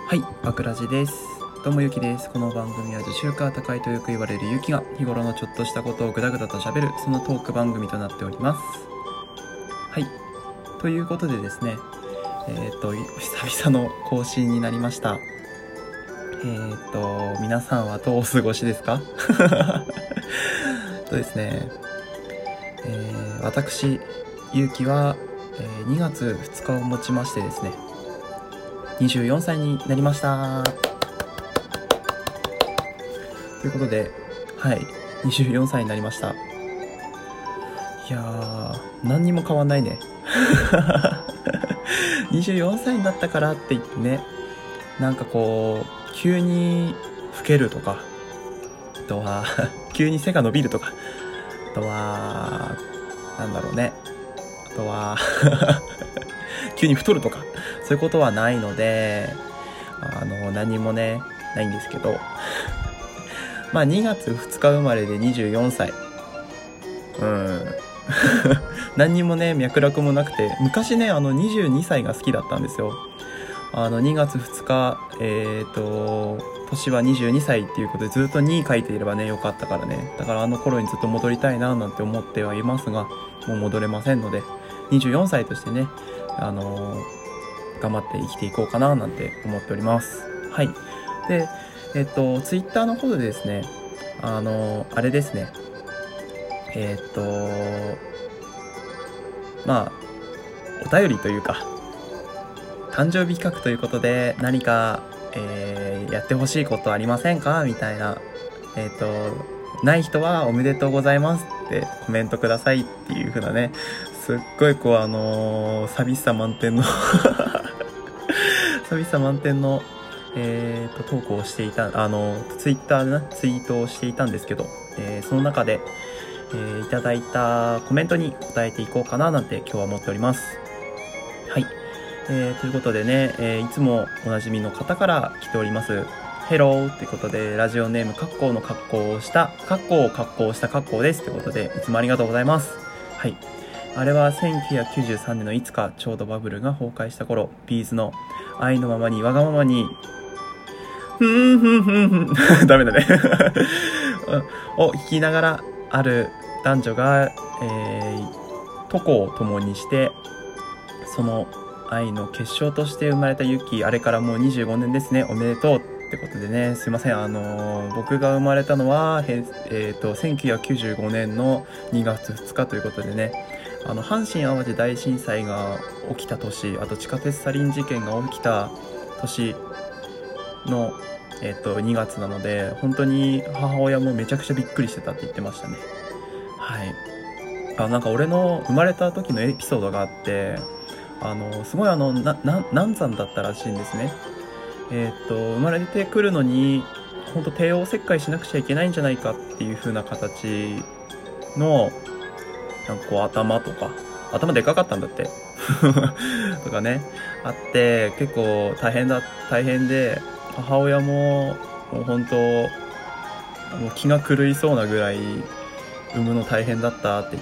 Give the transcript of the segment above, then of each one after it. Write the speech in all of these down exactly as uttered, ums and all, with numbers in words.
はい、バクラジです。どうもゆきです。この番組は女子力が高いとよく言われるゆきが日頃のちょっとしたことをぐだぐだと喋る、そのトーク番組となっております。はい、ということでですね、えっと久々の更新になりました。えっと皆さんはどうお過ごしですか？とですね、えー、私ゆきは、えー、にがつふつかをもちましてですね、にじゅうよんさいになりました。ということで、はい、にじゅうよんさいになりました。いやー、何にも変わんないね。にじゅうよんさいになったからって言ってね、なんかこう、急に老けるとか、あとは、急に背が伸びるとか、あとは、なんだろうね、あとは、急に太るとか、そういうことはないので、あの、何もね、ないんですけど、まあにがつふつか生まれでにじゅうよんさい。うん。何にもね、脈絡もなくて、昔ね、あのにじゅうにさいが好きだったんですよ。あのにがつふつか、えっと、年はにじゅうにさいっていうことでずっとに書いていればね、よかったからね。だからあの頃にずっと戻りたいななんて思ってはいますが、もう戻れませんので、にじゅうよんさいとしてね、あのー、頑張って生きていこうかななんて思っております。はい。で、えっと、ツイッターの方でですね、あの、あれですね、えっと、まあ、お便りというか、誕生日企画ということで、何か、えー、やってほしいことありませんかみたいな、えっと、ない人はおめでとうございますってコメントくださいっていう風なね、すっごいこう、あのー、寂しさ満点の寂しさ満点のえーと、投稿をしていた、あの、ツイッターでね、ツイートをしていたんですけど、えー、その中で、えー、いただいたコメントに答えていこうかななんて今日は思っております。はい。えー、ということでね、えー、いつもおなじみの方から来ております。ヘローということで、ラジオネーム、カッコーの格好をした、カッコーを格好したカッコーですということで、いつもありがとうございます。はい。あれはせんきゅうひゃくきゅうじゅうさんねんのいつかちょうどバブルが崩壊した頃、ビーズの愛のままにわがままにふんふんふんふんダメだねを弾きながらある男女が、えー、渡航を共にしてその愛の結晶として生まれたユキ、あれからもうにじゅうごねんですね。おめでとうってことでね、すいません、あのー、僕が生まれたのは、えーと、せんきゅうひゃくきゅうじゅうごねんのにがつふつかということでね、あの阪神・淡路大震災が起きた年、あと地下鉄サリン事件が起きた年のえっとにがつなので、本当に母親もめちゃくちゃびっくりしてたって言ってましたね。はい。あ、なんか俺の生まれた時のエピソードがあって、あのすごいあのなな難産だったらしいんですね。えっと生まれてくるのに本当帝王切開しなくちゃいけないんじゃないかっていう風な形のなんかこう頭とか頭でかかったんだってとかねあって、結構大変だ大変で。母親ももう本当もう気が狂いそうなぐらい産むの大変だったって言って、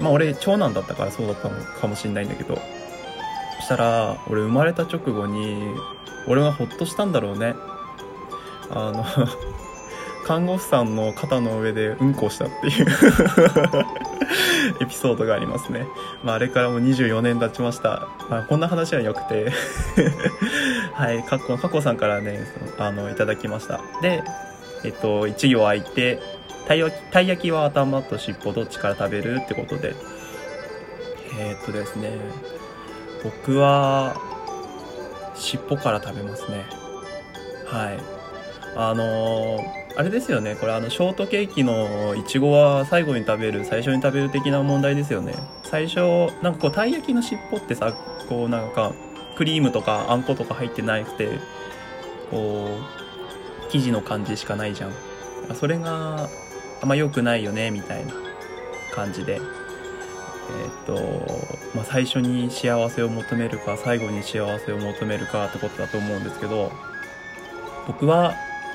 まあ俺長男だったからそうだったのかもしれないんだけど、そしたら俺生まれた直後に俺はほっとしたんだろうね。あの看護婦さんの肩の上でうんこしたっていうエピソードがありますね。まああれからもにじゅうよねん経ちました。まあこんな話は良くてはい、かっこかこさんからねあのいただきました。で、えっと一行空いて、たい焼きたい焼きは頭と尻尾どっちから食べるってことで、えー、っとですね僕は尻尾から食べますね。はい。あのーあれですよね、これあのショートケーキのいちごは最後に食べる最初に食べる的な問題ですよね。最初なんかこうたい焼きの尻尾ってさ、こうなんかクリームとかあんことか入ってなくて、こう生地の感じしかないじゃん。それがあんま良くないよねみたいな感じで、えー、っとまあ最初に幸せを求めるか最後に幸せを求めるかってことだと思うんですけど、僕は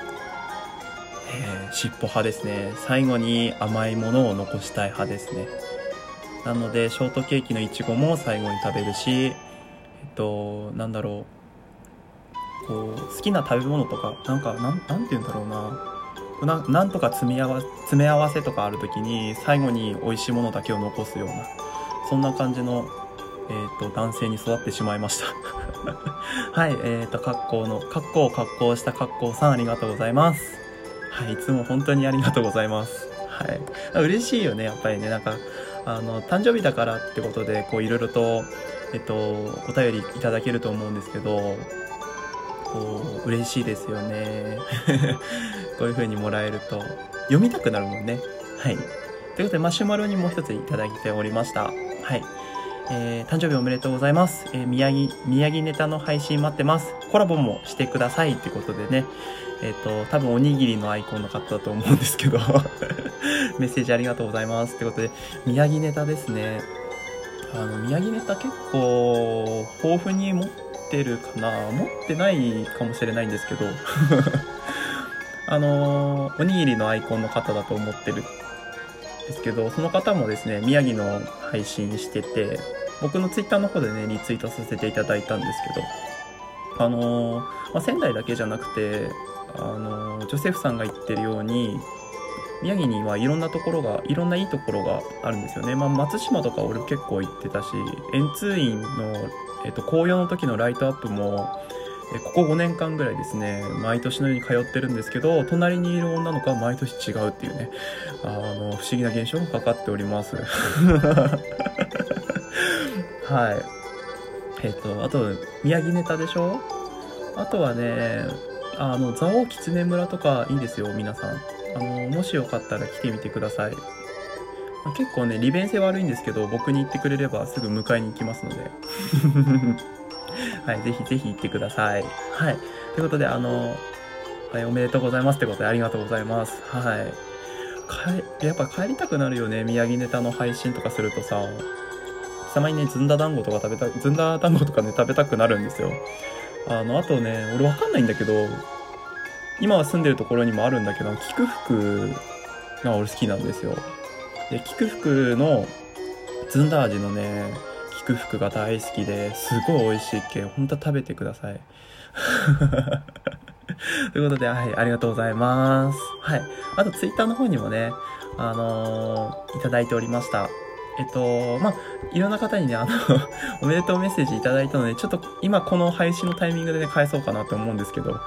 えー、尻尾派ですね。最後に甘いものを残したい派ですね。なのでショートケーキのいちごも最後に食べるし、えっとなんだろこう好きな食べ物とかなんかなんなんて言うんだろうなななんとか詰め合わ詰め合わせとかある時に最後に美味しいものだけを残すような、そんな感じの、えー、と男性に育ってしまいましたはい、えーと格好の格好を格好した格好さん、ありがとうございます。はい、いつも本当にありがとうございます。はい、嬉しいよね、やっぱりね。なんかあの誕生日だからってことでこういろいろとえっとお便りいただけると思うんですけど、こう嬉しいですよねこういう風にもらえると読みたくなるもんね。はい、ということでマシュマロにもう一ついただいておりました。はい、えー、誕生日おめでとうございます、えー、宮城宮城ネタの配信待ってます。コラボもしてくださいってことでね、えっと多分おにぎりのアイコンの方だと思うんですけどメッセージありがとうございますってことで、宮城ネタですね。あの宮城ネタ結構豊富に持ってるかな、持ってないかもしれないんですけどあのおにぎりのアイコンの方だと思ってるんですけど、その方もですね宮城の配信してて、僕のツイッターの方でねリツイートさせていただいたんですけど、あのーまあ、仙台だけじゃなくて、あのー、ジョセフさんが言ってるように宮城にはいろんなところがいろんないいところがあるんですよね。まあ、松島とか俺結構行ってたし、円通院の、えっと、紅葉の時のライトアップもえここごねんかんぐらいですね毎年のように通ってるんですけど、隣にいる女の子は毎年違うっていうね、あの不思議な現象がかかっておりますはい、えっとあと宮城ネタでしょ。あとはね、あの蔵王狐村とかいいですよ皆さん。あのもしよかったら来てみてください。結構ね利便性悪いんですけど、僕に行ってくれればすぐ迎えに行きますのではい、ぜひぜひ行ってください。はい、ということであの、はい、おめでとうございますってことでありがとうございます。はい、やっぱ帰りたくなるよね、宮城ネタの配信とかするとさ。たまにねずんだ団子とか食べたずんだ団子とかね食べたくなるんですよ。あのあとね俺わかんないんだけど、今は住んでるところにもあるんだけど、菊福が俺好きなんですよ。で菊福のずんだ味のね菊福が大好きですごい美味しいっけ、ほんと食べてくださいということで、はい、ありがとうございます。はい、あとツイッターの方にもねあのー、いただいておりました。えっとまあいろんな方にねあのおめでとうメッセージいただいたので、ちょっと今この配信のタイミングでね返そうかなと思うんですけど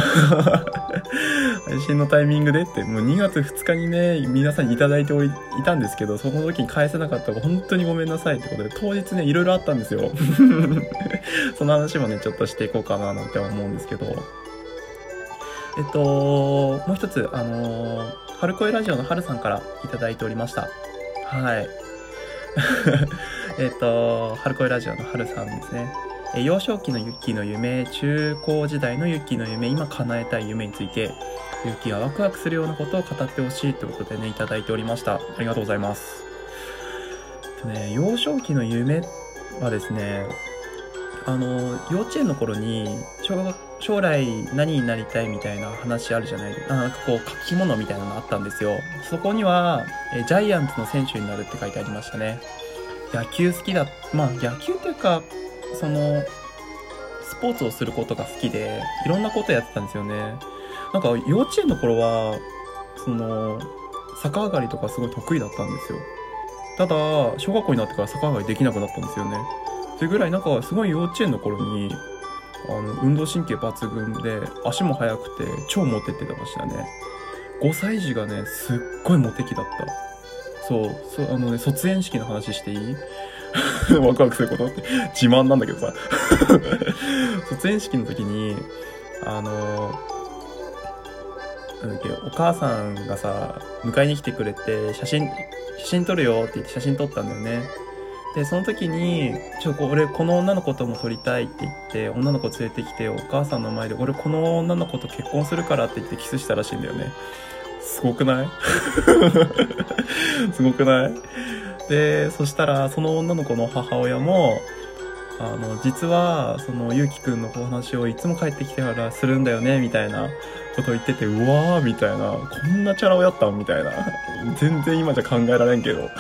配信のタイミングでってもうにがつふつかにね皆さんにいただいておりいたんですけど、その時に返せなかったら本当にごめんなさいってことで、当日ねいろいろあったんですよその話もねちょっとしていこうかななんて思うんですけど、えっともう一つあのー、春恋ラジオの春さんからいただいておりました。はいえっと春恋ラジオの春さんですね。え幼少期のユッキーの夢、中高時代のユッキーの夢、今叶えたい夢についてユッキーがワクワクするようなことを語ってほしいということでねいただいておりました。ありがとうございます。ね、幼少期の夢はですね、あの幼稚園の頃に小学将来何になりたいみたいな話あるじゃないですか。なんかこう書き物みたいなのあったんですよ。そこにはえジャイアンツの選手になるって書いてありましたね。野球好きだ、まあ野球というかそのスポーツをすることが好きでいろんなことやってたんですよね。なんか幼稚園の頃はその逆上がりとかすごい得意だったんですよ。ただ小学校になってから逆上がりできなくなったんですよね。それぐらいなんかすごい幼稚園の頃にあの運動神経抜群で足も速くて超モテてましたね。ごさい児がねすっごいモテ期だった。そうそうあのね卒園式の話していいワクワクすることって自慢なんだけどさ卒園式の時にあのなんだっけお母さんがさ迎えに来てくれて写真写真撮るよって言って写真撮ったんだよね。でその時にちょ俺この女の子とも撮りたいって言って女の子連れてきてお母さんの前で俺この女の子と結婚するからって言ってキスしたらしいんだよね。すごくないすごくないでそしたらその女の子の母親もあの実はそのゆうきくんのお話をいつも帰ってきてからするんだよねみたいなことを言ってて、うわーみたいな、こんなチャラ男やったんみたいな、全然今じゃ考えられんけど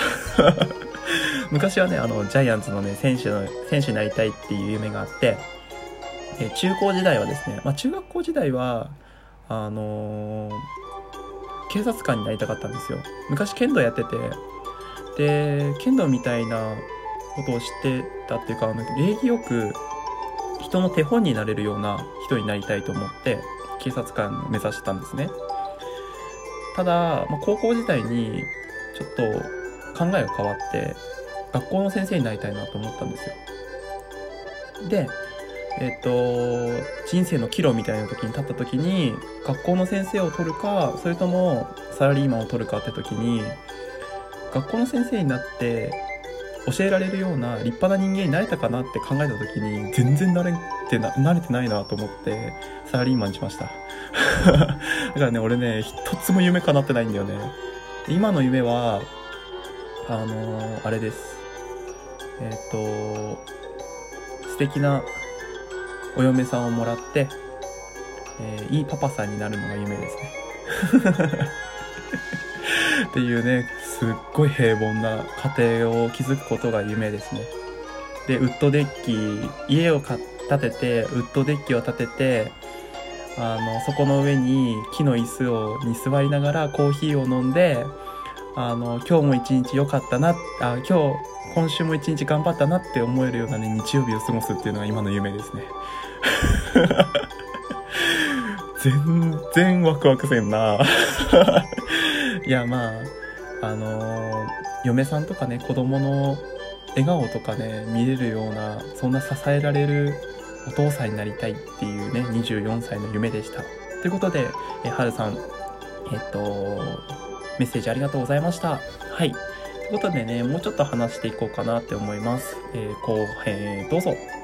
昔はねあのジャイアンツのね選手の選手になりたいっていう夢があって、 えー、中高時代はですね、まあ、中学校時代はあのー、警察官になりたかったんですよ。昔剣道やってて、で剣道みたいなことを知ってたっていうか、あの礼儀よく人の手本になれるような人になりたいと思って警察官目指してたんですね。ただ、まあ、高校時代にちょっと考えが変わって学校の先生になりたいなと思ったんですよ。でえっと人生の岐路みたいな時に立った時に、学校の先生を取るかそれともサラリーマンを取るかって時に、学校の先生になって教えられるような立派な人間になれたかなって考えた時に、全然慣れてな慣れてないなと思ってサラリーマンにしましただからね、俺ね、一つも夢叶ってないんだよね。今の夢はあのー、あれです。えっと素敵なお嫁さんをもらって、えー、いいパパさんになるのが夢ですねっていうね、すっごい平凡な家庭を築くことが夢ですね。でウッドデッキ、家を建ててウッドデッキを建てて、あのそこの上に木の椅子をに座りながらコーヒーを飲んで、あの今日も一日良かったな、あ今日今週も一日頑張ったなって思えるようなね、日曜日を過ごすっていうのが今の夢ですね全然ワクワクせんないや、まああのー、嫁さんとかね、子供の笑顔とかね見れるような、そんな支えられるお父さんになりたいっていうね、にじゅうよんさいの夢でした。ということで、えはるさん、えっとメッセージありがとうございました。はい、ということでね、もうちょっと話していこうかなって思います。えー、後編どうぞ。